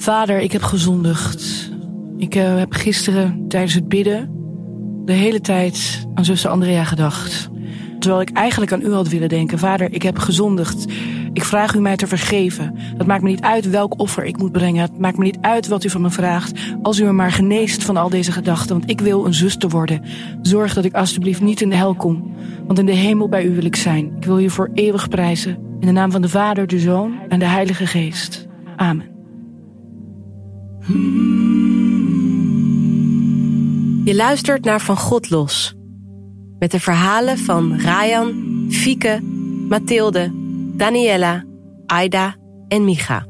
Vader, ik heb gezondigd. Ik heb gisteren tijdens het bidden de hele tijd aan zuster Andrea gedacht. Terwijl ik eigenlijk aan u had willen denken. Vader, ik heb gezondigd. Ik vraag u mij te vergeven. Het maakt me niet uit welk offer ik moet brengen. Het maakt me niet uit wat u van me vraagt. Als u me maar geneest van al deze gedachten. Want ik wil een zuster worden. Zorg dat ik alstublieft niet in de hel kom. Want in de hemel bij u wil ik zijn. Ik wil u voor eeuwig prijzen. In de naam van de Vader, de Zoon en de Heilige Geest. Amen. Je luistert naar Van God Los. Met de verhalen van Rayan, Fieke, Mathilde, Daniela, Aida en Micha.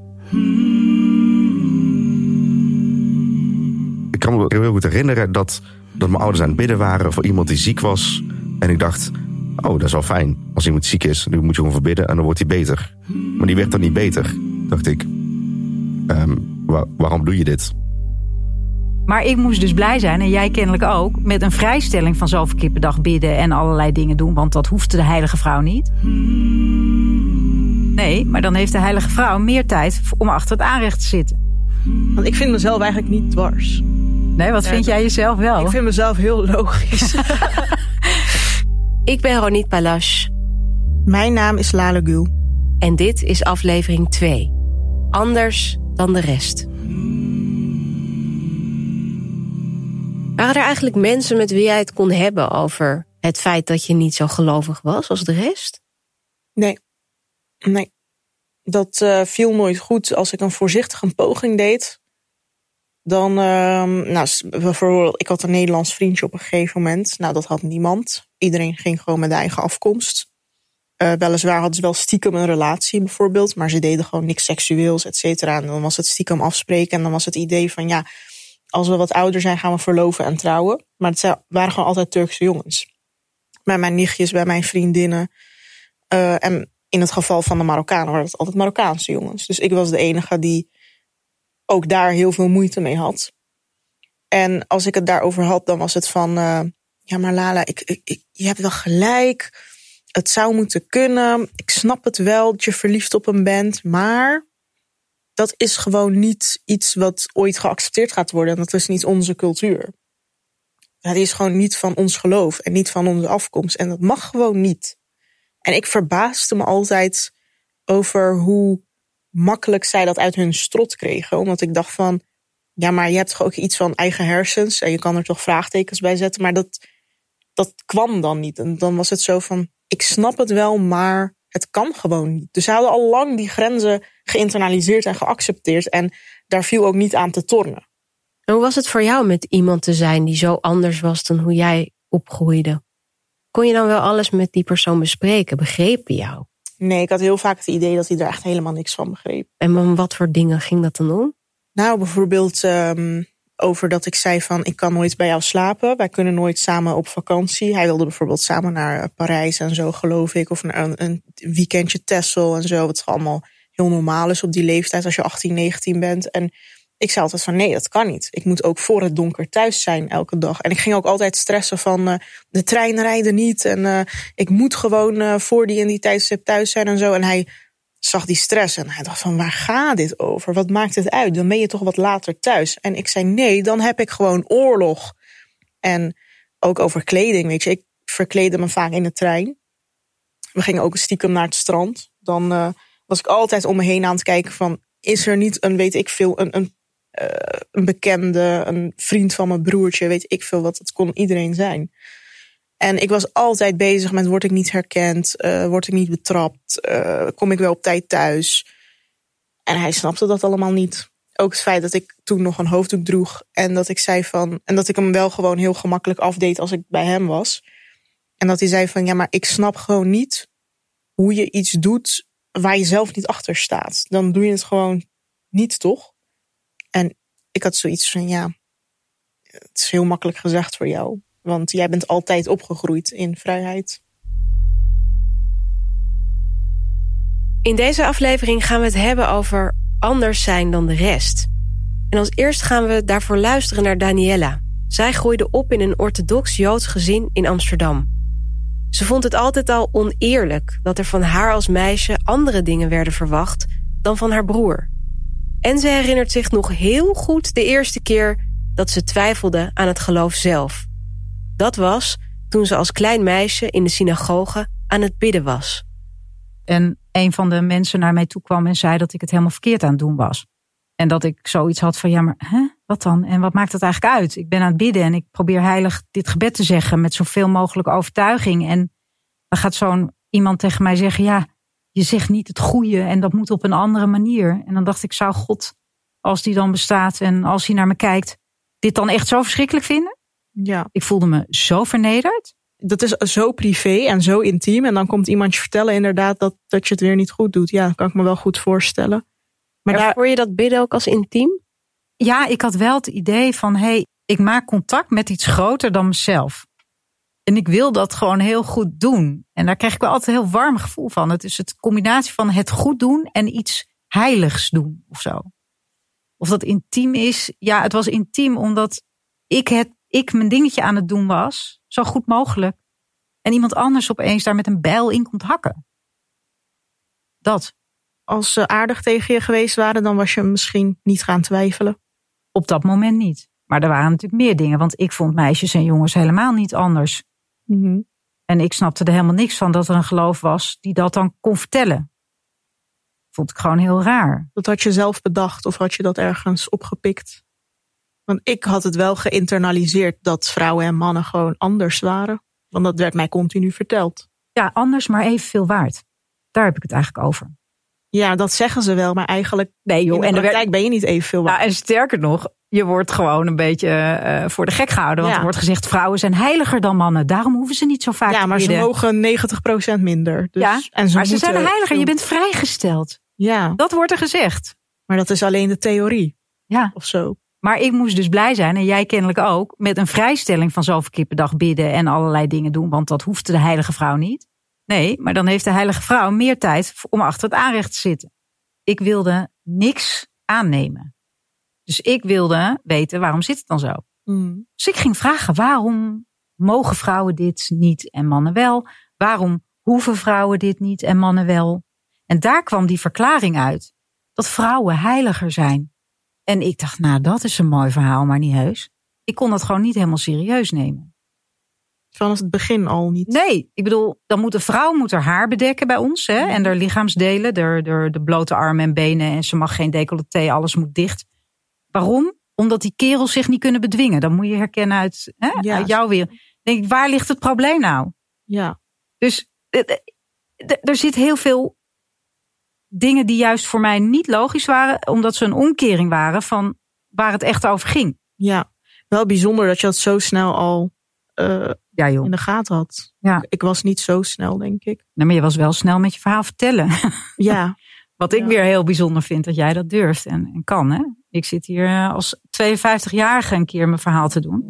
Ik kan me heel goed herinneren dat mijn ouders aan het bidden waren voor iemand die ziek was. En ik dacht, oh, dat is wel fijn. Als iemand ziek is, dan moet je gewoon voor bidden en dan wordt hij beter. Maar die werd dan niet beter, dacht ik. Waarom doe je dit? Maar ik moest dus blij zijn, en jij kennelijk ook, met een vrijstelling van zoveel keer per dag bidden en allerlei dingen doen, want dat hoefde de heilige vrouw niet. Nee, maar dan heeft de heilige vrouw meer tijd om achter het aanrecht te zitten. Want ik vind mezelf eigenlijk niet dwars. Nee, wat vind jij jezelf wel? Ik vind mezelf heel logisch. Ik ben Ronit Palash. Mijn naam is Lale Gül. En dit is aflevering 2. Anders dan de rest. Waren er eigenlijk mensen met wie jij het kon hebben over het feit dat je niet zo gelovig was als de rest? Nee. Dat viel nooit goed. Als ik een voorzichtige poging deed, dan, bijvoorbeeld, ik had een Nederlands vriendje op een gegeven moment. Nou, dat had niemand. Iedereen ging gewoon met de eigen afkomst. Weliswaar hadden ze wel stiekem een relatie bijvoorbeeld, maar ze deden gewoon niks seksueels, et cetera. En dan was het stiekem afspreken en dan was het idee van, ja, als we wat ouder zijn gaan we verloven en trouwen. Maar het waren gewoon altijd Turkse jongens. Bij mijn nichtjes, bij mijn vriendinnen. En in het geval van de Marokkanen waren het altijd Marokkaanse jongens. Dus ik was de enige die ook daar heel veel moeite mee had. En als ik het daarover had, dan was het van, ja, maar Lala, je hebt wel gelijk. Het zou moeten kunnen. Ik snap het wel dat je verliefd op hem bent. Maar dat is gewoon niet iets wat ooit geaccepteerd gaat worden. En dat is niet onze cultuur. Het is gewoon niet van ons geloof en niet van onze afkomst. En dat mag gewoon niet. En ik verbaasde me altijd over hoe makkelijk zij dat uit hun strot kregen. Omdat ik dacht van, ja, maar je hebt toch ook iets van eigen hersens. En je kan er toch vraagtekens bij zetten. Maar dat kwam dan niet. En dan was het zo van, ik snap het wel, maar het kan gewoon niet. Dus ze hadden al lang die grenzen geïnternaliseerd en geaccepteerd. En daar viel ook niet aan te tornen. En hoe was het voor jou met iemand te zijn die zo anders was dan hoe jij opgroeide? Kon je dan wel alles met die persoon bespreken? Begreep hij jou? Nee, ik had heel vaak het idee dat hij er echt helemaal niks van begreep. En wat voor dingen ging dat dan om? Nou, bijvoorbeeld over dat ik zei van, ik kan nooit bij jou slapen. Wij kunnen nooit samen op vakantie. Hij wilde bijvoorbeeld samen naar Parijs en zo, geloof ik. Of een weekendje Texel en zo. Wat allemaal heel normaal is op die leeftijd als je 18, 19 bent. En ik zei altijd van, nee, dat kan niet. Ik moet ook voor het donker thuis zijn elke dag. En ik ging ook altijd stressen van, de treinen rijden niet. En ik moet gewoon voor die in die tijdstip thuis zijn en zo. En hij zag die stress en hij dacht van, waar gaat dit over? Wat maakt het uit? Dan ben je toch wat later thuis. En ik zei, nee, dan heb ik gewoon oorlog. En ook over kleding, weet je. Ik verkleedde me vaak in de trein. We gingen ook stiekem naar het strand. Dan was ik altijd om me heen aan het kijken van, is er niet een, weet ik veel, een bekende, een vriend van mijn broertje, weet ik veel wat. Het kon iedereen zijn. En ik was altijd bezig met, word ik niet herkend? Word ik niet betrapt? Kom ik wel op tijd thuis? En hij snapte dat allemaal niet. Ook het feit dat ik toen nog een hoofddoek droeg. En dat ik zei van, en dat ik hem wel gewoon heel gemakkelijk afdeed als ik bij hem was. En dat hij zei van, ja, maar ik snap gewoon niet hoe je iets doet waar je zelf niet achter staat. Dan doe je het gewoon niet, toch? En ik had zoiets van, ja, het is heel makkelijk gezegd voor jou. Want jij bent altijd opgegroeid in vrijheid. In deze aflevering gaan we het hebben over anders zijn dan de rest. En als eerst gaan we daarvoor luisteren naar Daniela. Zij groeide op in een orthodox Joods gezin in Amsterdam. Ze vond het altijd al oneerlijk dat er van haar als meisje andere dingen werden verwacht dan van haar broer. En ze herinnert zich nog heel goed de eerste keer dat ze twijfelde aan het geloof zelf. Dat was toen ze als klein meisje in de synagoge aan het bidden was. En een van de mensen naar mij toe kwam en zei dat ik het helemaal verkeerd aan het doen was. En dat ik zoiets had van, ja, maar wat dan? En wat maakt het eigenlijk uit? Ik ben aan het bidden en ik probeer heilig dit gebed te zeggen met zoveel mogelijk overtuiging. En dan gaat zo'n iemand tegen mij zeggen, ja, je zegt niet het goede en dat moet op een andere manier. En dan dacht ik, zou God, als die dan bestaat en als hij naar me kijkt, dit dan echt zo verschrikkelijk vinden? Ja. Ik voelde me zo vernederd. Dat is zo privé en zo intiem. En dan komt iemand je vertellen inderdaad dat je het weer niet goed doet. Ja, dat kan ik me wel goed voorstellen. Maar Ervoor je dat bidden ook als intiem? Ja, ik had wel het idee van, hey, ik maak contact met iets groter dan mezelf. En ik wil dat gewoon heel goed doen. En daar krijg ik wel altijd een heel warm gevoel van. Het is het combinatie van het goed doen en iets heiligs doen of zo. Of dat intiem is. Ja, het was intiem omdat ik mijn dingetje aan het doen was. Zo goed mogelijk. En iemand anders opeens daar met een bijl in komt hakken. Dat. Als ze aardig tegen je geweest waren, dan was je misschien niet gaan twijfelen. Op dat moment niet. Maar er waren natuurlijk meer dingen. Want ik vond meisjes en jongens helemaal niet anders. Mm-hmm. En ik snapte er helemaal niks van dat er een geloof was die dat dan kon vertellen. Vond ik gewoon heel raar. Dat had je zelf bedacht of had je dat ergens opgepikt? Want ik had het wel geïnternaliseerd dat vrouwen en mannen gewoon anders waren. Want dat werd mij continu verteld. Ja, anders maar evenveel waard. Daar heb ik het eigenlijk over. Ja, dat zeggen ze wel, maar eigenlijk nee, joh, in de praktijk ben je niet evenveel waard. Ja, en sterker nog, je wordt gewoon een beetje voor de gek gehouden. Want er wordt gezegd, vrouwen zijn heiliger dan mannen. Daarom hoeven ze niet zo vaak te bidden. Ja, maar ze mogen 90% minder. Dus, ja, en maar ze zijn heiliger. Je bent vrijgesteld. Ja. Dat wordt er gezegd. Maar dat is alleen de theorie. Ja. Of zo. Maar ik moest dus blij zijn, en jij kennelijk ook, met een vrijstelling van zoveel keer per dag bidden en allerlei dingen doen. Want dat hoefde de heilige vrouw niet. Nee, maar dan heeft de heilige vrouw meer tijd om achter het aanrecht te zitten. Ik wilde niks aannemen. Dus ik wilde weten, waarom zit het dan zo? Mm. Dus ik ging vragen, waarom mogen vrouwen dit niet en mannen wel? Waarom hoeven vrouwen dit niet en mannen wel? En daar kwam die verklaring uit. Dat vrouwen heiliger zijn. En ik dacht, nou, dat is een mooi verhaal, maar niet heus. Ik kon dat gewoon niet helemaal serieus nemen. Vanaf het begin al niet? Nee, ik bedoel, dan moet een vrouw haar haar bedekken bij ons. Hè, en haar lichaamsdelen, de blote armen en benen. En ze mag geen decolleté, alles moet dicht. Waarom? Omdat die kerels zich niet kunnen bedwingen. Dan moet je herkennen uit jou weer. Denk ik, waar ligt het probleem nou? Ja. Dus er zit heel veel dingen die juist voor mij niet logisch waren. Omdat ze een omkering waren van waar het echt over ging. Ja, wel bijzonder dat je dat zo snel al in de gaten had. Ja. Ik was niet zo snel, denk ik. Nee, maar je was wel snel met je verhaal vertellen. Ja. Wat ik weer heel bijzonder vind, dat jij dat durft en kan. Hè? Ik zit hier als 52-jarige een keer mijn verhaal te doen.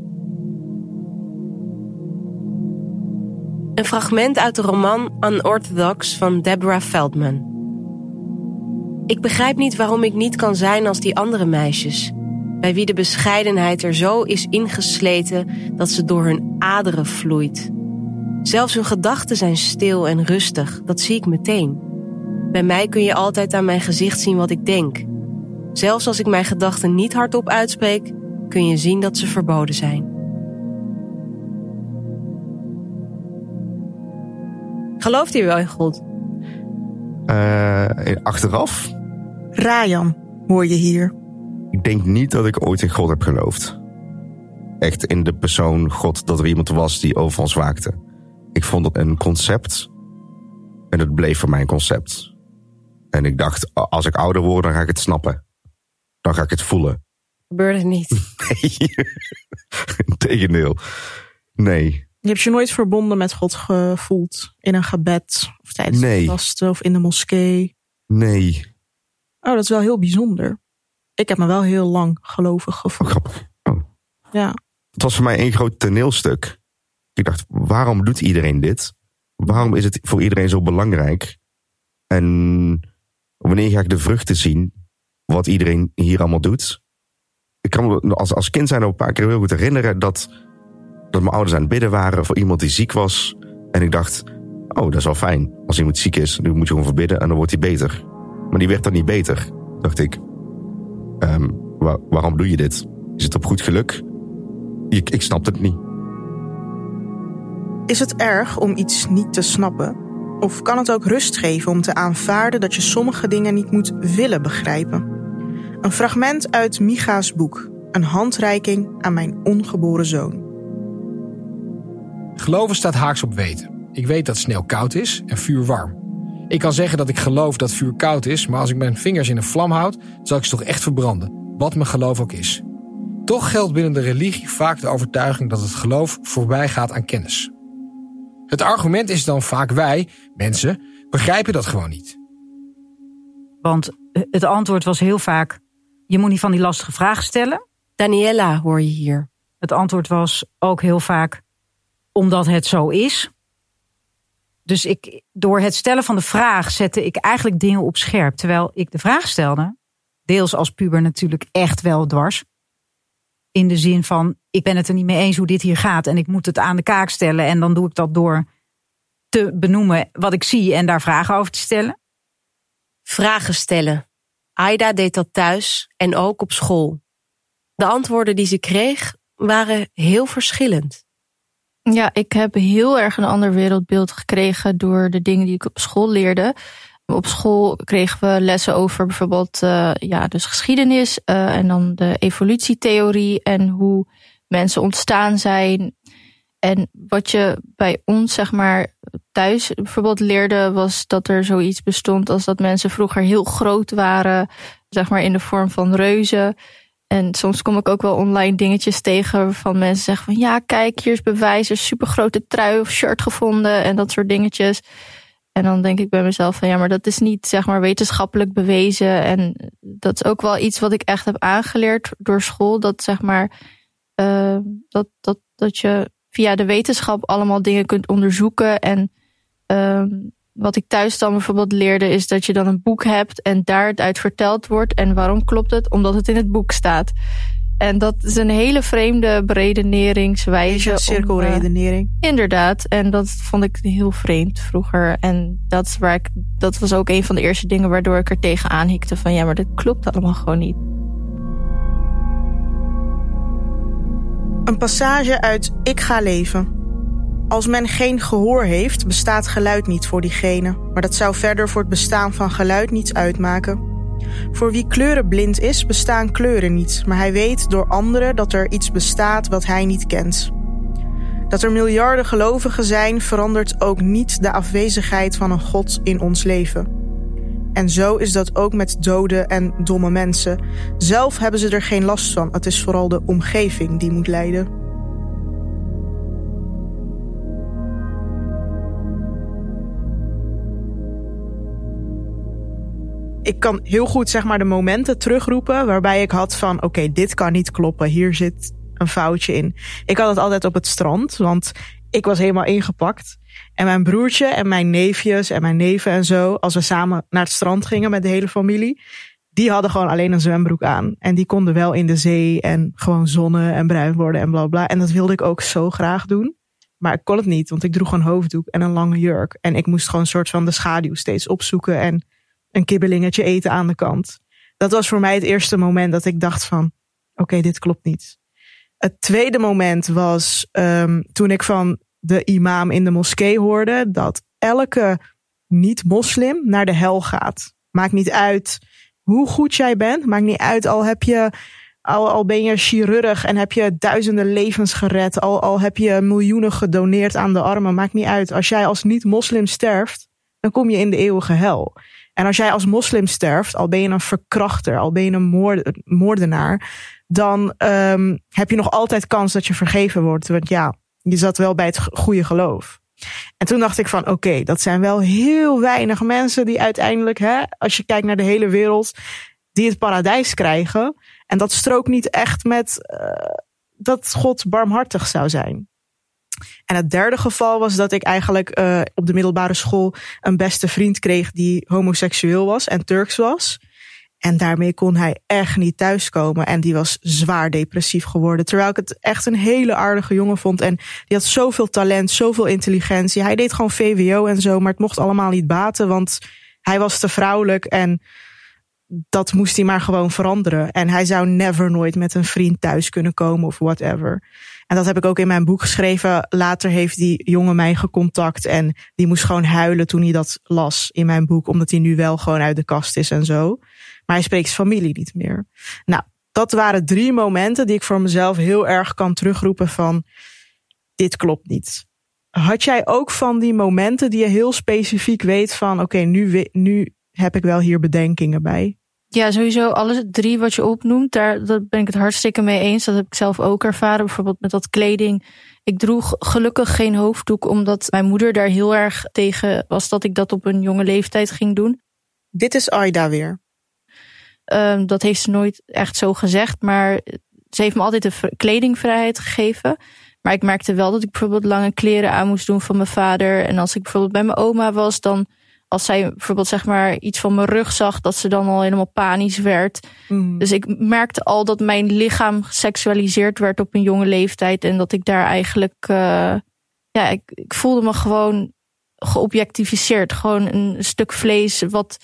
Een fragment uit de roman Unorthodox van Deborah Feldman. Ik begrijp niet waarom ik niet kan zijn als die andere meisjes, bij wie de bescheidenheid er zo is ingesleten dat ze door hun aderen vloeit. Zelfs hun gedachten zijn stil en rustig, dat zie ik meteen. Bij mij kun je altijd aan mijn gezicht zien wat ik denk. Zelfs als ik mijn gedachten niet hardop uitspreek, kun je zien dat ze verboden zijn. Gelooft u wel in God? Achteraf? Rayan, hoor je hier. Ik denk niet dat ik ooit in God heb geloofd. Echt in de persoon God, dat er iemand was die over ons waakte. Ik vond het een concept. En het bleef voor mij een concept. En ik dacht, als ik ouder word, dan ga ik het snappen. Dan ga ik het voelen. Gebeurde het niet? Nee. Integendeel. Nee. Je hebt je nooit verbonden met God gevoeld? In een gebed? Of tijdens de vasten? Of in de moskee? Nee. Oh, dat is wel heel bijzonder. Ik heb me wel heel lang gelovig gevoeld. Grappig. Oh. Ja. Het was voor mij één groot toneelstuk. Ik dacht, waarom doet iedereen dit? Waarom is het voor iedereen zo belangrijk? En wanneer ga ik de vruchten zien? Wat iedereen hier allemaal doet? Ik kan me als kind zijn er een paar keer heel goed herinneren dat mijn ouders aan het bidden waren voor iemand die ziek was. En ik dacht, oh, dat is wel fijn. Als iemand ziek is, dan moet je gewoon verbidden en dan wordt hij beter. Maar die werd dan niet beter. Dacht ik, Waarom doe je dit? Is het op goed geluk? Ik snap het niet. Is het erg om iets niet te snappen? Of kan het ook rust geven om te aanvaarden dat je sommige dingen niet moet willen begrijpen? Een fragment uit Micha's boek. Een handreiking aan mijn ongeboren zoon. Geloven staat haaks op weten. Ik weet dat sneeuw koud is en vuur warm. Ik kan zeggen dat ik geloof dat vuur koud is, maar als ik mijn vingers in een vlam houd, zal ik ze toch echt verbranden, wat mijn geloof ook is. Toch geldt binnen de religie vaak de overtuiging dat het geloof voorbij gaat aan kennis. Het argument is dan vaak wij, mensen, begrijpen dat gewoon niet. Want het antwoord was heel vaak, je moet niet van die lastige vragen stellen. Daniela hoor je hier. Het antwoord was ook heel vaak, omdat het zo is. Dus door het stellen van de vraag zette ik eigenlijk dingen op scherp. Terwijl ik de vraag stelde, deels als puber natuurlijk echt wel dwars. In de zin van, ik ben het er niet mee eens hoe dit hier gaat. En ik moet het aan de kaak stellen. En dan doe ik dat door te benoemen wat ik zie en daar vragen over te stellen. Vragen stellen. Aida deed dat thuis en ook op school. De antwoorden die ze kreeg waren heel verschillend. Ja, ik heb heel erg een ander wereldbeeld gekregen door de dingen die ik op school leerde. Op school kregen we lessen over bijvoorbeeld dus geschiedenis en dan de evolutietheorie en hoe mensen ontstaan zijn. En wat je bij ons zeg maar thuis bijvoorbeeld leerde was dat er zoiets bestond als dat mensen vroeger heel groot waren, zeg maar in de vorm van reuzen. En soms kom ik ook wel online dingetjes tegen waarvan mensen zeggen van ja, kijk, hier is bewijs, er is supergrote trui of shirt gevonden en dat soort dingetjes. En dan denk ik bij mezelf van ja, maar dat is niet zeg maar wetenschappelijk bewezen. En dat is ook wel iets wat ik echt heb aangeleerd door school. Dat zeg maar dat je via de wetenschap allemaal dingen kunt onderzoeken. En wat ik thuis dan bijvoorbeeld leerde is dat je dan een boek hebt en daar het uit verteld wordt. En waarom klopt het? Omdat het in het boek staat. En dat is een hele vreemde beredeneringswijze. Een cirkelredenering. Inderdaad. En dat vond ik heel vreemd vroeger. En dat was ook een van de eerste dingen waardoor ik er tegenaan hikte van ja, maar dat klopt allemaal gewoon niet. Een passage uit Ik ga leven. Als men geen gehoor heeft, bestaat geluid niet voor diegene. Maar dat zou verder voor het bestaan van geluid niets uitmaken. Voor wie kleurenblind is, bestaan kleuren niet. Maar hij weet door anderen dat er iets bestaat wat hij niet kent. Dat er miljarden gelovigen zijn, verandert ook niet de afwezigheid van een God in ons leven. En zo is dat ook met dode en domme mensen. Zelf hebben ze er geen last van. Het is vooral de omgeving die moet lijden. Ik kan heel goed zeg maar de momenten terugroepen waarbij ik had van oké, dit kan niet kloppen. Hier zit een foutje in. Ik had het altijd op het strand, want ik was helemaal ingepakt. En mijn broertje en mijn neefjes en mijn neven en zo, als we samen naar het strand gingen met de hele familie, die hadden gewoon alleen een zwembroek aan. En die konden wel in de zee en gewoon zonnen en bruin worden en bla bla. En dat wilde ik ook zo graag doen. Maar ik kon het niet, want ik droeg een hoofddoek en een lange jurk. En ik moest gewoon een soort van de schaduw steeds opzoeken en een kibbelingetje eten aan de kant. Dat was voor mij het eerste moment dat ik dacht van oké, dit klopt niet. Het tweede moment was toen ik van de imam in de moskee hoorde dat elke niet-moslim naar de hel gaat. Maakt niet uit hoe goed jij bent. Maakt niet uit al ben je chirurg en heb je duizenden levens gered. Al heb je miljoenen gedoneerd aan de armen. Maakt niet uit. Als jij als niet-moslim sterft, dan kom je in de eeuwige hel. En als jij als moslim sterft, al ben je een verkrachter, al ben je een moordenaar, dan heb je nog altijd kans dat je vergeven wordt. Want ja, je zat wel bij het goede geloof. En toen dacht ik van oké, dat zijn wel heel weinig mensen die uiteindelijk, als je kijkt naar de hele wereld, die het paradijs krijgen. En dat strookt niet echt met dat God barmhartig zou zijn. En het derde geval was dat ik eigenlijk op de middelbare school een beste vriend kreeg die homoseksueel was en Turks was. En daarmee kon hij echt niet thuiskomen. En die was zwaar depressief geworden. Terwijl ik het echt een hele aardige jongen vond. En die had zoveel talent, zoveel intelligentie. Hij deed gewoon VWO en zo, maar het mocht allemaal niet baten. Want hij was te vrouwelijk. En dat moest hij maar gewoon veranderen. En hij zou nooit met een vriend thuis kunnen komen of whatever. En dat heb ik ook in mijn boek geschreven. Later heeft die jongen mij gecontact en die moest gewoon huilen toen hij dat las in mijn boek. Omdat hij nu wel gewoon uit de kast is en zo. Maar hij spreekt zijn familie niet meer. Nou, dat waren 3 momenten die ik voor mezelf heel erg kan terugroepen van dit klopt niet. Had jij ook van die momenten die je heel specifiek weet van oké, nu heb ik wel hier bedenkingen bij? Ja, sowieso alle 3 wat je opnoemt, daar ben ik het hartstikke mee eens. Dat heb ik zelf ook ervaren, bijvoorbeeld met dat kleding. Ik droeg gelukkig geen hoofddoek, omdat mijn moeder daar heel erg tegen was dat ik dat op een jonge leeftijd ging doen. Dit is Aida weer. Dat heeft ze nooit echt zo gezegd, maar ze heeft me altijd de kledingvrijheid gegeven. Maar ik merkte wel dat ik bijvoorbeeld lange kleren aan moest doen van mijn vader. En als ik bijvoorbeeld bij mijn oma was, dan als zij bijvoorbeeld zeg maar iets van mijn rug zag, dat ze dan al helemaal panisch werd. Dus ik merkte al dat mijn lichaam geseksualiseerd werd op een jonge leeftijd. En dat ik daar eigenlijk, ik voelde me gewoon geobjectificeerd. Gewoon een stuk vlees wat,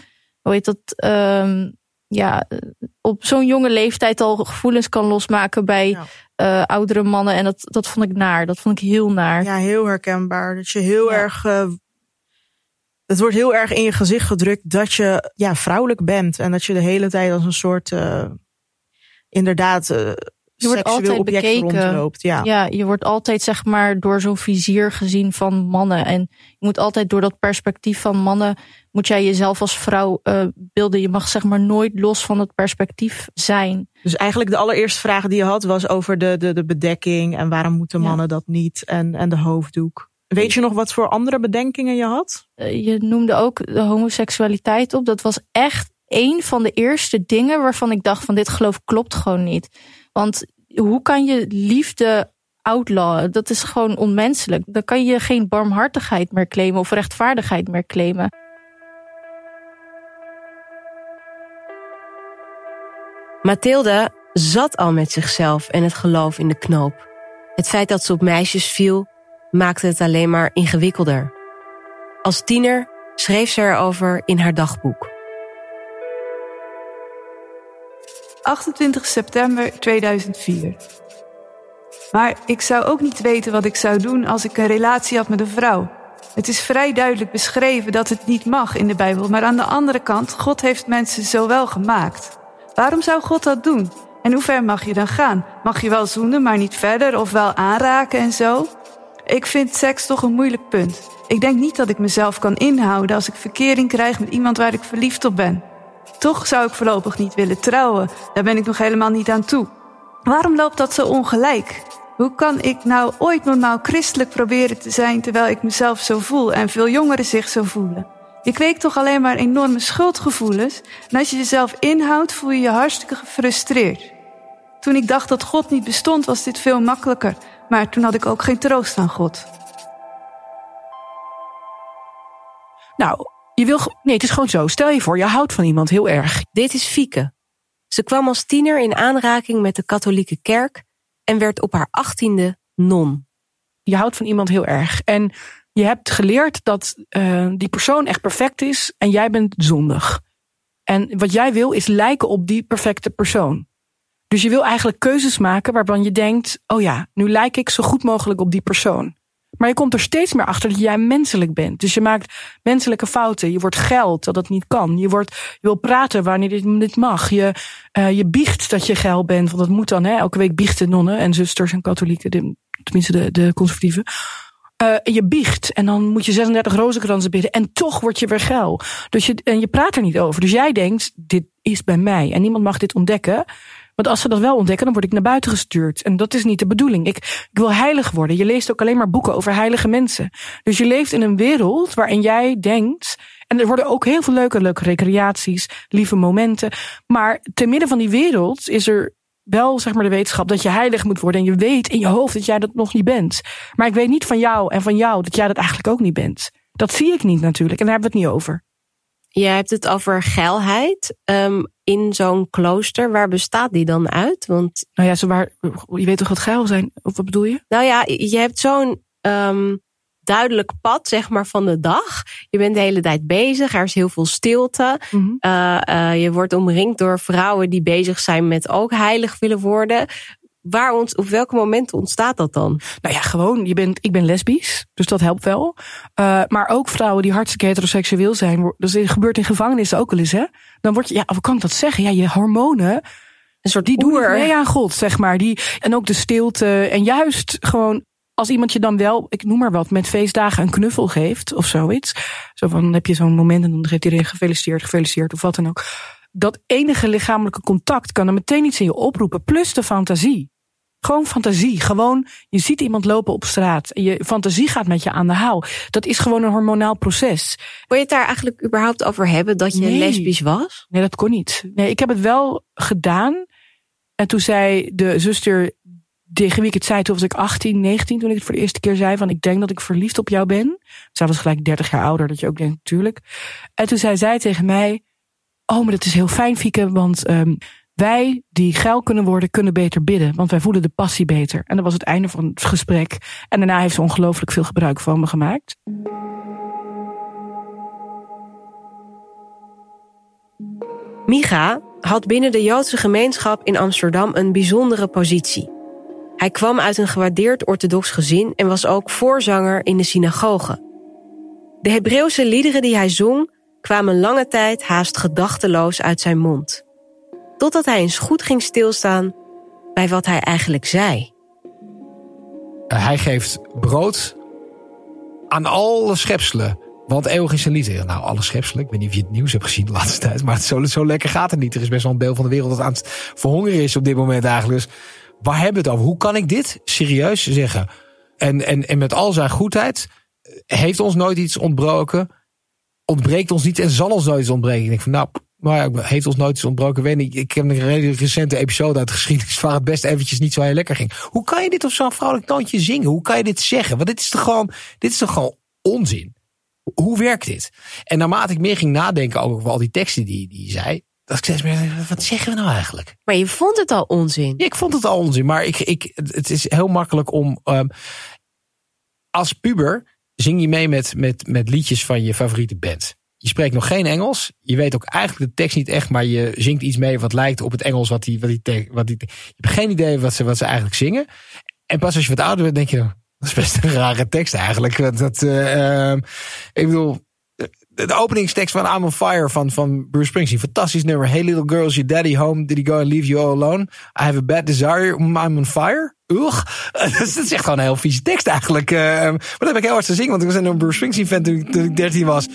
op zo'n jonge leeftijd al gevoelens kan losmaken bij oudere mannen. En dat vond ik naar. Dat vond ik heel naar. Ja, heel herkenbaar. Dat je heel erg het wordt heel erg in je gezicht gedrukt dat je vrouwelijk bent. En dat je de hele tijd als een soort je wordt seksueel altijd object bekeken. rondloopt. Ja, je wordt altijd zeg maar door zo'n vizier gezien van mannen. En je moet altijd door dat perspectief van mannen, moet jij jezelf als vrouw beelden. Je mag zeg maar nooit los van het perspectief zijn. Dus eigenlijk de allereerste vraag die je had was over de bedekking. En waarom moeten mannen dat niet? En de hoofddoek. Weet je nog wat voor andere bedenkingen je had? Je noemde ook de homoseksualiteit op. Dat was echt een van de eerste dingen waarvan ik dacht van dit geloof klopt gewoon niet. Want hoe kan je liefde outlawen? Dat is gewoon onmenselijk. Dan kan je geen barmhartigheid meer claimen of rechtvaardigheid meer claimen. Mathilde zat al met zichzelf en het geloof in de knoop. Het feit dat ze op meisjes viel, maakte het alleen maar ingewikkelder. Als tiener schreef ze erover in haar dagboek. 28 september 2004. Maar ik zou ook niet weten wat ik zou doen als ik een relatie had met een vrouw. Het is vrij duidelijk beschreven dat het niet mag in de Bijbel. Maar aan de andere kant, God heeft mensen zo wel gemaakt. Waarom zou God dat doen? En hoe ver mag je dan gaan? Mag je wel zoenen, maar niet verder? Of wel aanraken en zo? Ik vind seks toch een moeilijk punt. Ik denk niet dat ik mezelf kan inhouden als ik verkering krijg met iemand waar ik verliefd op ben. Toch zou ik voorlopig niet willen trouwen. Daar ben ik nog helemaal niet aan toe. Waarom loopt dat zo ongelijk? Hoe kan ik nou ooit normaal christelijk proberen te zijn terwijl ik mezelf zo voel en veel jongeren zich zo voelen? Je kweekt toch alleen maar enorme schuldgevoelens en als je jezelf inhoudt voel je je hartstikke gefrustreerd. Toen ik dacht dat God niet bestond was dit veel makkelijker, maar toen had ik ook geen troost aan God. Nou, het is gewoon zo. Stel je voor, je houdt van iemand heel erg. Dit is Fieke. Ze kwam als tiener in aanraking met de katholieke kerk en werd op haar 18e non. Je houdt van iemand heel erg. En je hebt geleerd dat die persoon echt perfect is en jij bent zondig. En wat jij wil is lijken op die perfecte persoon. Dus je wil eigenlijk keuzes maken waarvan je denkt, oh ja, nu lijk ik zo goed mogelijk op die persoon. Maar je komt er steeds meer achter dat jij menselijk bent. Dus je maakt menselijke fouten. Je wordt geil dat het niet kan. Je wil praten wanneer dit mag. Je biecht dat je geil bent. Want dat moet dan. Elke week biechten nonnen en zusters en katholieken. Tenminste de conservatieven. Je biecht en dan moet je 36 rozenkransen bidden. En toch word je weer geil. Dus je praat er niet over. Dus jij denkt, dit is bij mij. En niemand mag dit ontdekken. Want als ze dat wel ontdekken, dan word ik naar buiten gestuurd. En dat is niet de bedoeling. Ik wil heilig worden. Je leest ook alleen maar boeken over heilige mensen. Dus je leeft in een wereld waarin jij denkt, en er worden ook heel veel leuke recreaties, lieve momenten. Maar te midden van die wereld is er wel zeg maar de wetenschap dat je heilig moet worden. En je weet in je hoofd dat jij dat nog niet bent. Maar ik weet niet van jou en van jou dat jij dat eigenlijk ook niet bent. Dat zie ik niet natuurlijk. En daar hebben we het niet over. Je hebt het over geilheid in zo'n klooster. Waar bestaat die dan uit? Want je weet toch wat geil zijn? Of wat bedoel je? Nou ja, je hebt zo'n duidelijk pad, zeg maar, van de dag. Je bent de hele tijd bezig. Er is heel veel stilte. Mm-hmm. Je wordt omringd door vrouwen die bezig zijn met ook heilig willen worden. Op welke momenten ontstaat dat dan? Nou ja, gewoon, ik ben lesbisch, dus dat helpt wel. Maar ook vrouwen die hartstikke heteroseksueel zijn. Dat gebeurt in gevangenissen ook wel eens, hè? Dan word je, ja, hoe kan ik dat zeggen? Ja, je hormonen, Een soort die doen oer. mee aan God, zeg maar. En ook de stilte. En juist gewoon, als iemand je dan wel, ik noem maar wat, met feestdagen een knuffel geeft of zoiets. Zo van, dan heb je zo'n moment en dan geeft iedereen gefeliciteerd of wat dan ook. Dat enige lichamelijke contact kan er meteen iets in je oproepen. Plus de fantasie. Gewoon fantasie. Gewoon, je ziet iemand lopen op straat. En je fantasie gaat met je aan de haal. Dat is gewoon een hormonaal proces. Wil je het daar eigenlijk überhaupt over hebben dat je lesbisch was? Nee, dat kon niet. Nee, ik heb het wel gedaan. En toen zei de zuster tegen wie ik het zei, toen was ik 18, 19, toen ik het voor de eerste keer zei van ik denk dat ik verliefd op jou ben. Zij was gelijk 30 jaar ouder, dat je ook denkt natuurlijk. En toen zei zij tegen mij, oh, maar dat is heel fijn, Fieke, want wij die geil kunnen worden, kunnen beter bidden. Want wij voelen de passie beter. En dat was het einde van het gesprek. En daarna heeft ze ongelooflijk veel gebruik van me gemaakt. Micha had binnen de Joodse gemeenschap in Amsterdam een bijzondere positie. Hij kwam uit een gewaardeerd orthodox gezin en was ook voorzanger in de synagoge. De Hebreeuwse liederen die hij zong kwamen lange tijd haast gedachteloos uit zijn mond. Totdat hij eens goed ging stilstaan bij wat hij eigenlijk zei. Hij geeft brood aan alle schepselen. Want eeuwig is zijn lied. Nou, alle schepselen. Ik weet niet of je het nieuws hebt gezien de laatste tijd. Maar zo lekker gaat het niet. Er is best wel een deel van de wereld dat aan het verhongeren is op dit moment eigenlijk. Dus waar hebben we het over? Hoe kan ik dit serieus zeggen? En met al zijn goedheid heeft ons nooit iets ontbroken. Ontbreekt ons niet en zal ons nooit iets ontbreken. Ik denk van nou ja, heeft ons nooit iets ontbroken. Weet niet. Ik heb een redelijk recente episode uit de geschiedenis waar het best eventjes niet zo heel lekker ging. Hoe kan je dit op zo'n vrouwelijk toontje zingen? Hoe kan je dit zeggen? Want dit is toch gewoon onzin? Hoe werkt dit? En naarmate ik meer ging nadenken over al die teksten die zei, dacht ik steeds meer, wat zeggen we nou eigenlijk? Maar je vond het al onzin? Ja, ik vond het al onzin, maar het is heel makkelijk om als puber zing je mee met liedjes van je favoriete band. Je spreekt nog geen Engels. Je weet ook eigenlijk de tekst niet echt, maar je zingt iets mee wat lijkt op het Engels je hebt geen idee wat ze eigenlijk zingen. En pas als je wat ouder bent, denk je, dat is best een rare tekst eigenlijk. Ik bedoel, de openingstekst van I'm on Fire van Bruce Springsteen. Fantastisch nummer. Hey little girl, is your daddy home? Did he go and leave you all alone? I have a bad desire. I'm on fire. Ugh. Dat is echt gewoon een heel vieze tekst eigenlijk. Maar dat heb ik heel hard te zingen, want ik was een Bruce Springsteen fan toen ik 13 was.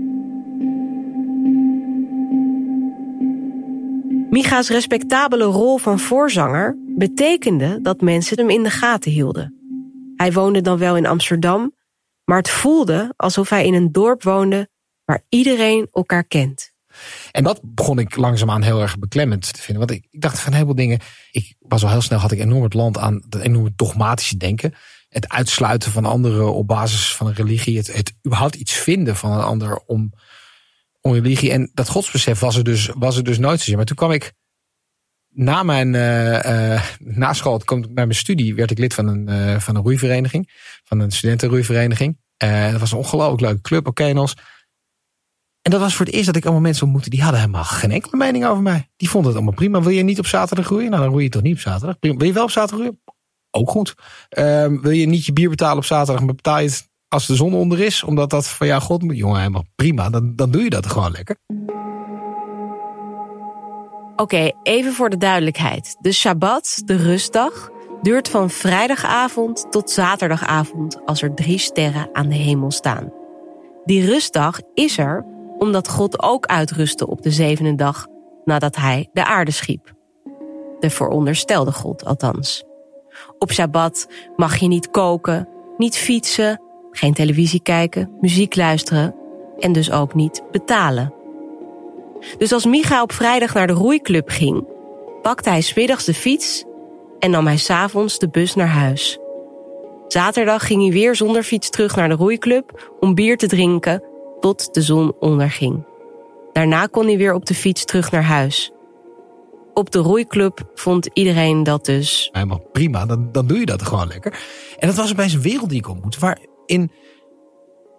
Micha's respectabele rol van voorzanger betekende dat mensen hem in de gaten hielden. Hij woonde dan wel in Amsterdam, maar het voelde alsof hij in een dorp woonde waar iedereen elkaar kent. En dat begon ik langzaamaan heel erg beklemmend te vinden. Want ik dacht van een heleboel dingen. Ik was al heel snel, had ik enorm het land aan dat enorme dogmatische denken. Het uitsluiten van anderen op basis van een religie. Het überhaupt iets vinden van een ander om religie. En dat godsbesef was er dus nooit zozeer. Maar toen kwam ik na mijn na school, bij mijn studie, werd ik lid van een roeivereniging. Van een studentenroeivereniging. Dat was een ongelooflijk leuke club, Okeanos. En dat was voor het eerst dat ik allemaal mensen ontmoette die hadden helemaal geen enkele mening over mij. Die vonden het allemaal prima. Wil je niet op zaterdag roeien? Nou, dan roei je toch niet op zaterdag. Prima. Wil je wel op zaterdag roeien? Ook goed. Wil je niet je bier betalen op zaterdag, maar betaal je het als de zon onder is, omdat dat van jouw God moet? Jongen, helemaal prima. Dan doe je dat gewoon lekker. Oké, even voor de duidelijkheid. De Shabbat, de rustdag, duurt van vrijdagavond tot zaterdagavond als er 3 sterren aan de hemel staan. Die rustdag is er omdat God ook uitrustte op de 7e dag nadat hij de aarde schiep. De veronderstelde God althans. Op Shabbat mag je niet koken, niet fietsen, geen televisie kijken, muziek luisteren en dus ook niet betalen. Dus als Micha op vrijdag naar de roeiclub ging, pakte hij 's middags de fiets en nam hij 's avonds de bus naar huis. Zaterdag ging hij weer zonder fiets terug naar de roeiclub om bier te drinken tot de zon onderging. Daarna kon hij weer op de fiets terug naar huis. Op de roeiclub vond iedereen dat dus helemaal prima, dan doe je dat gewoon lekker. En dat was opeens een wereld die ik ontmoette, waarin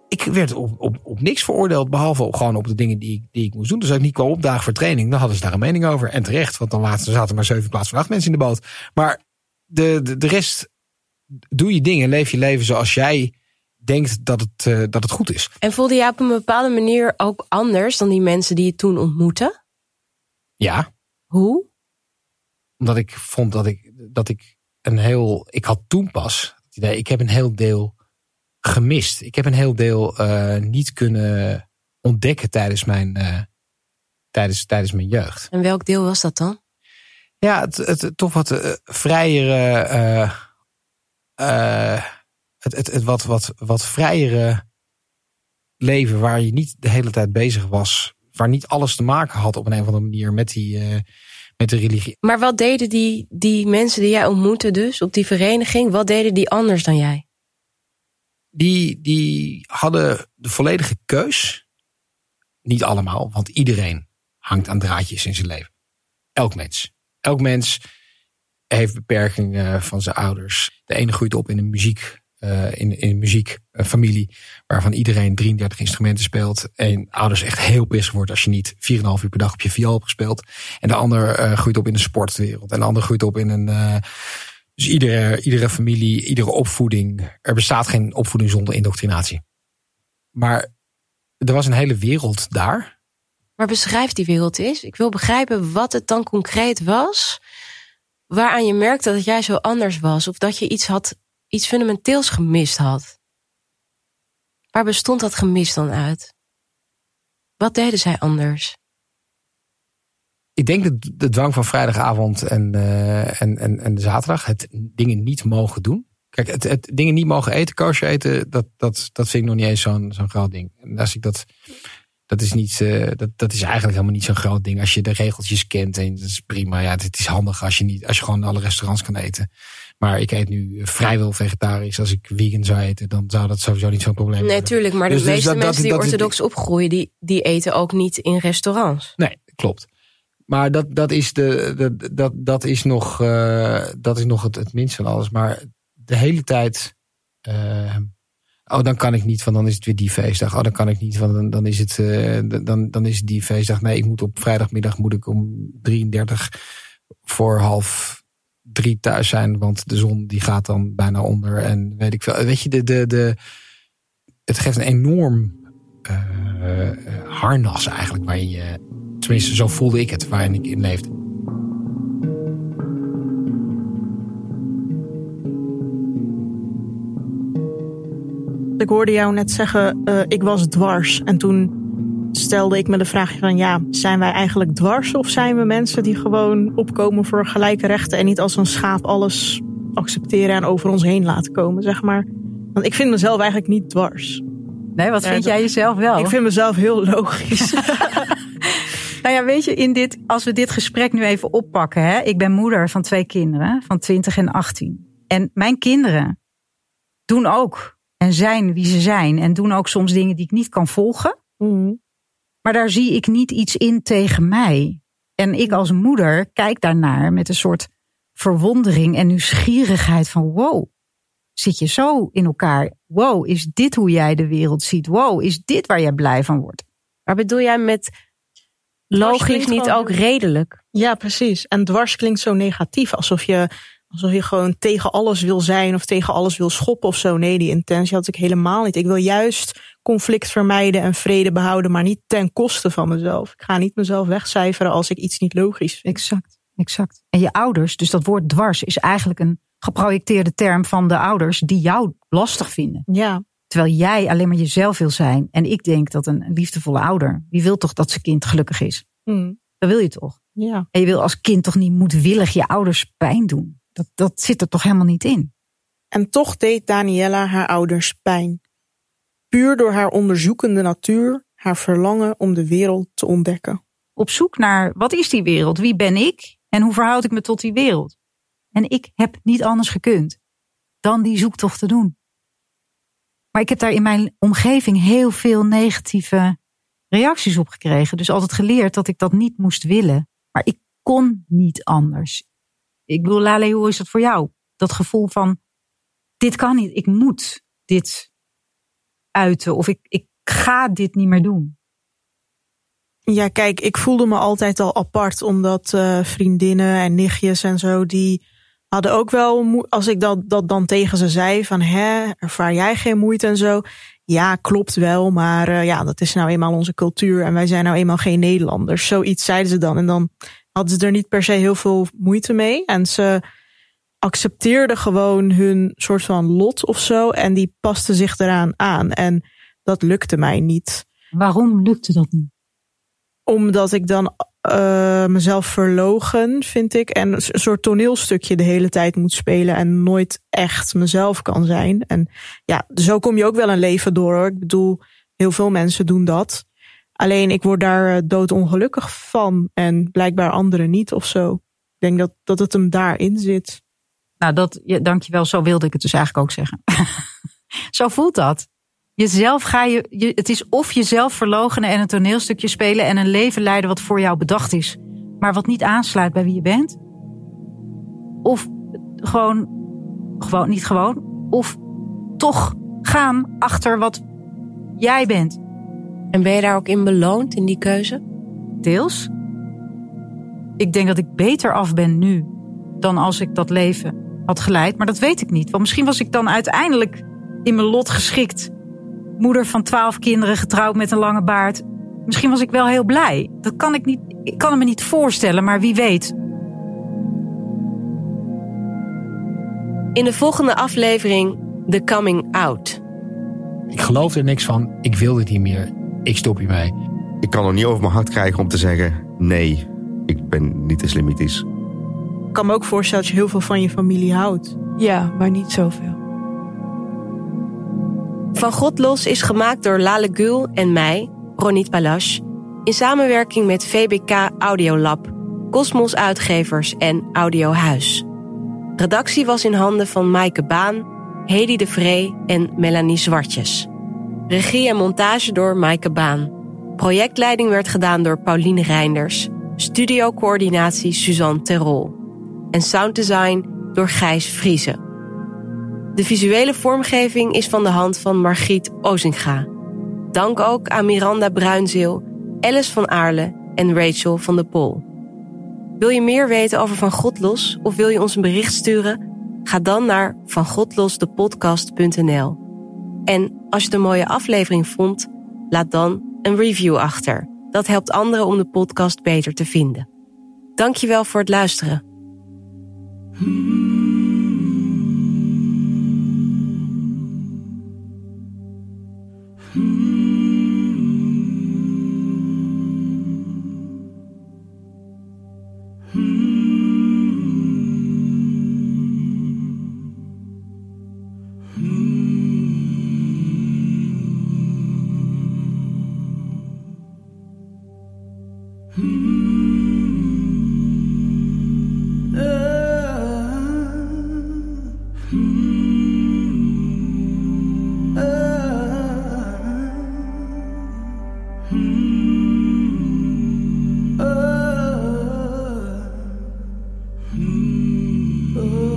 ik werd op niks veroordeeld, behalve gewoon op de dingen die ik moest doen. Dus als ik niet kwam opdagen voor training, dan hadden ze daar een mening over. En terecht, want dan zaten maar 7 in plaats van 8 mensen in de boot. Maar de rest, doe je dingen, leef je leven zoals jij denkt dat het goed is. En voelde jij op een bepaalde manier ook anders dan die mensen die je toen ontmoette? Ja. Hoe? Omdat ik vond dat ik ik had toen pas het idee, ik heb een heel deel gemist. Ik heb een heel deel niet kunnen ontdekken tijdens mijn jeugd. En welk deel was dat dan? Ja, het toch wat vrijere, het wat vrijere leven waar je niet de hele tijd bezig was, waar niet alles te maken had op een of andere manier met de religie. Maar wat deden die mensen die jij ontmoette dus op die vereniging, wat deden die anders dan jij? Die hadden de volledige keus. Niet allemaal, want iedereen hangt aan draadjes in zijn leven. Elk mens heeft beperkingen van zijn ouders. De ene groeit op in een muziekfamilie waarvan iedereen 33 instrumenten speelt. En ouders echt heel pissig wordt als je niet 4,5 uur per dag op je viool hebt gespeeld. En de ander groeit op in de sportwereld. En de ander groeit op in een... Dus iedere familie, iedere opvoeding. Er bestaat geen opvoeding zonder indoctrinatie. Maar er was een hele wereld daar. Maar beschrijf die wereld eens. Ik wil begrijpen wat het dan concreet was. Waaraan je merkte dat jij zo anders was. Of dat je iets fundamenteels gemist had. Waar bestond dat gemis dan uit? Wat deden zij anders? Ik denk dat de dwang van vrijdagavond en de zaterdag, het dingen niet mogen doen. Kijk, het dingen niet mogen eten, kosher eten, dat vind ik nog niet eens zo'n groot ding. En als ik dat is niet, dat is eigenlijk helemaal niet zo'n groot ding. Als je de regeltjes kent, en dat is prima. Ja, het is handig als je gewoon alle restaurants kan eten. Maar ik eet nu vrijwel vegetarisch. Als ik vegan zou eten, dan zou dat sowieso niet zo'n probleem zijn. Nee, tuurlijk. Maar de meeste mensen die orthodox opgroeien, die eten ook niet in restaurants. Nee, klopt. Maar dat is nog het minst van alles. Maar de hele tijd... dan kan ik niet, want dan is het weer die feestdag. Dan kan ik niet, want dan is het dan is het die feestdag. Nee, ik moet op vrijdagmiddag om 33 voor 2:30 thuis zijn. Want de zon die gaat dan bijna onder. En weet ik veel. Weet je, het geeft een enorm harnas eigenlijk waarin je... Tenminste, zo voelde ik het, waarin ik in leefde. Ik hoorde jou net zeggen, ik was dwars. En toen stelde ik me de vraag van, ja, zijn wij eigenlijk dwars? Of zijn we mensen die gewoon opkomen voor gelijke rechten... en niet als een schaap alles accepteren en over ons heen laten komen, zeg maar. Want ik vind mezelf eigenlijk niet dwars. Nee, wat vind jij jezelf wel? Ik vind mezelf heel logisch. Nou ja, weet je, als we dit gesprek nu even oppakken. Hè, ik ben moeder van 2 kinderen, van 20 en 18. En mijn kinderen doen ook en zijn wie ze zijn. En doen ook soms dingen die ik niet kan volgen. Mm. Maar daar zie ik niet iets in tegen mij. En ik als moeder kijk daarnaar met een soort verwondering en nieuwsgierigheid van... wow, zit je zo in elkaar? Wow, is dit hoe jij de wereld ziet? Wow, is dit waar jij blij van wordt? Maar bedoel jij met... logisch niet ook redelijk? Ja, precies. En dwars klinkt zo negatief. Alsof je gewoon tegen alles wil zijn of tegen alles wil schoppen of zo. Nee, die intentie had ik helemaal niet. Ik wil juist conflict vermijden en vrede behouden, maar niet ten koste van mezelf. Ik ga niet mezelf wegcijferen als ik iets niet logisch vind. Exact. En je ouders, dus dat woord dwars is eigenlijk een geprojecteerde term van de ouders die jou lastig vinden. Ja. Terwijl jij alleen maar jezelf wil zijn. En ik denk dat een liefdevolle ouder, die wil toch dat zijn kind gelukkig is. Dat wil je toch? Ja. En je wil als kind toch niet moedwillig je ouders pijn doen. Dat zit er toch helemaal niet in. En toch deed Daniela haar ouders pijn. Puur door haar onderzoekende natuur, haar verlangen om de wereld te ontdekken. Op zoek naar, wat is die wereld? Wie ben ik? En hoe verhoud ik me tot die wereld? En ik heb niet anders gekund dan die zoektocht te doen. Maar ik heb daar in mijn omgeving heel veel negatieve reacties op gekregen. Dus altijd geleerd dat ik dat niet moest willen. Maar ik kon niet anders. Ik bedoel, Lale, hoe is dat voor jou? Dat gevoel van, dit kan niet, ik moet dit. uiten. Of ik ga dit niet meer doen. Ja, kijk, ik voelde me altijd al apart. Omdat vriendinnen en nichtjes en zo, die hadden ook wel, als ik dat dan tegen ze zei, van ervaar jij geen moeite en zo. Ja, klopt wel, maar dat is nou eenmaal onze cultuur en wij zijn nou eenmaal geen Nederlanders. Zoiets zeiden ze dan en dan hadden ze er niet per se heel veel moeite mee. En ze accepteerden gewoon hun soort van lot of zo en die pasten zich eraan aan. En dat lukte mij niet. Waarom lukte dat niet? Omdat ik dan mezelf verloochen, vind ik. En een soort toneelstukje de hele tijd moet spelen. En nooit echt mezelf kan zijn. En ja, zo kom je ook wel een leven door, hoor. Ik bedoel, heel veel mensen doen dat. Alleen ik word daar doodongelukkig van. En blijkbaar anderen niet of zo. Ik denk dat het hem daarin zit. Nou, dankjewel. Zo wilde ik het dus eigenlijk ook zeggen. Zo voelt dat. Jezelf het is of jezelf verloochenen en een toneelstukje spelen en een leven leiden wat voor jou bedacht is, maar wat niet aansluit bij wie je bent. Of gewoon niet gewoon. Of toch gaan achter wat jij bent. En ben je daar ook in beloond in die keuze? Deels. Ik denk dat ik beter af ben nu dan als ik dat leven had geleid, maar dat weet ik niet. Want misschien was ik dan uiteindelijk in mijn lot geschikt. Moeder van 12 kinderen, getrouwd met een lange baard. Misschien was ik wel heel blij. Dat kan ik niet. Ik kan het me niet voorstellen, maar wie weet. In de volgende aflevering The Coming Out. Ik geloof er niks van. Ik wil dit niet meer. Ik stop hiermee. Ik kan nog niet over mijn hart krijgen om te zeggen, nee, ik ben niet islamitisch. Ik kan me ook voorstellen dat je heel veel van je familie houdt. Ja, maar niet zoveel. Van God Los is gemaakt door Lale Gül en mij, Ronit Palash, in samenwerking met VBK Audiolab, Cosmos Uitgevers en Audiohuis. Redactie was in handen van Maaike Baan, Hedy de Vree en Melanie Zwartjes. Regie en montage door Maaike Baan. Projectleiding werd gedaan door Pauline Reinders, studiocoördinatie Suzanne Terol en sounddesign door Gijs Vrieze. De visuele vormgeving is van de hand van Margriet Ozinga. Dank ook aan Miranda Bruinzeel, Alice van Aarle en Rachel van de Pol. Wil je meer weten over Van God Los of wil je ons een bericht sturen? Ga dan naar vangodlosdepodcast.nl. En als je het een mooie aflevering vond, laat dan een review achter. Dat helpt anderen om de podcast beter te vinden. Dankjewel voor het luisteren. Oh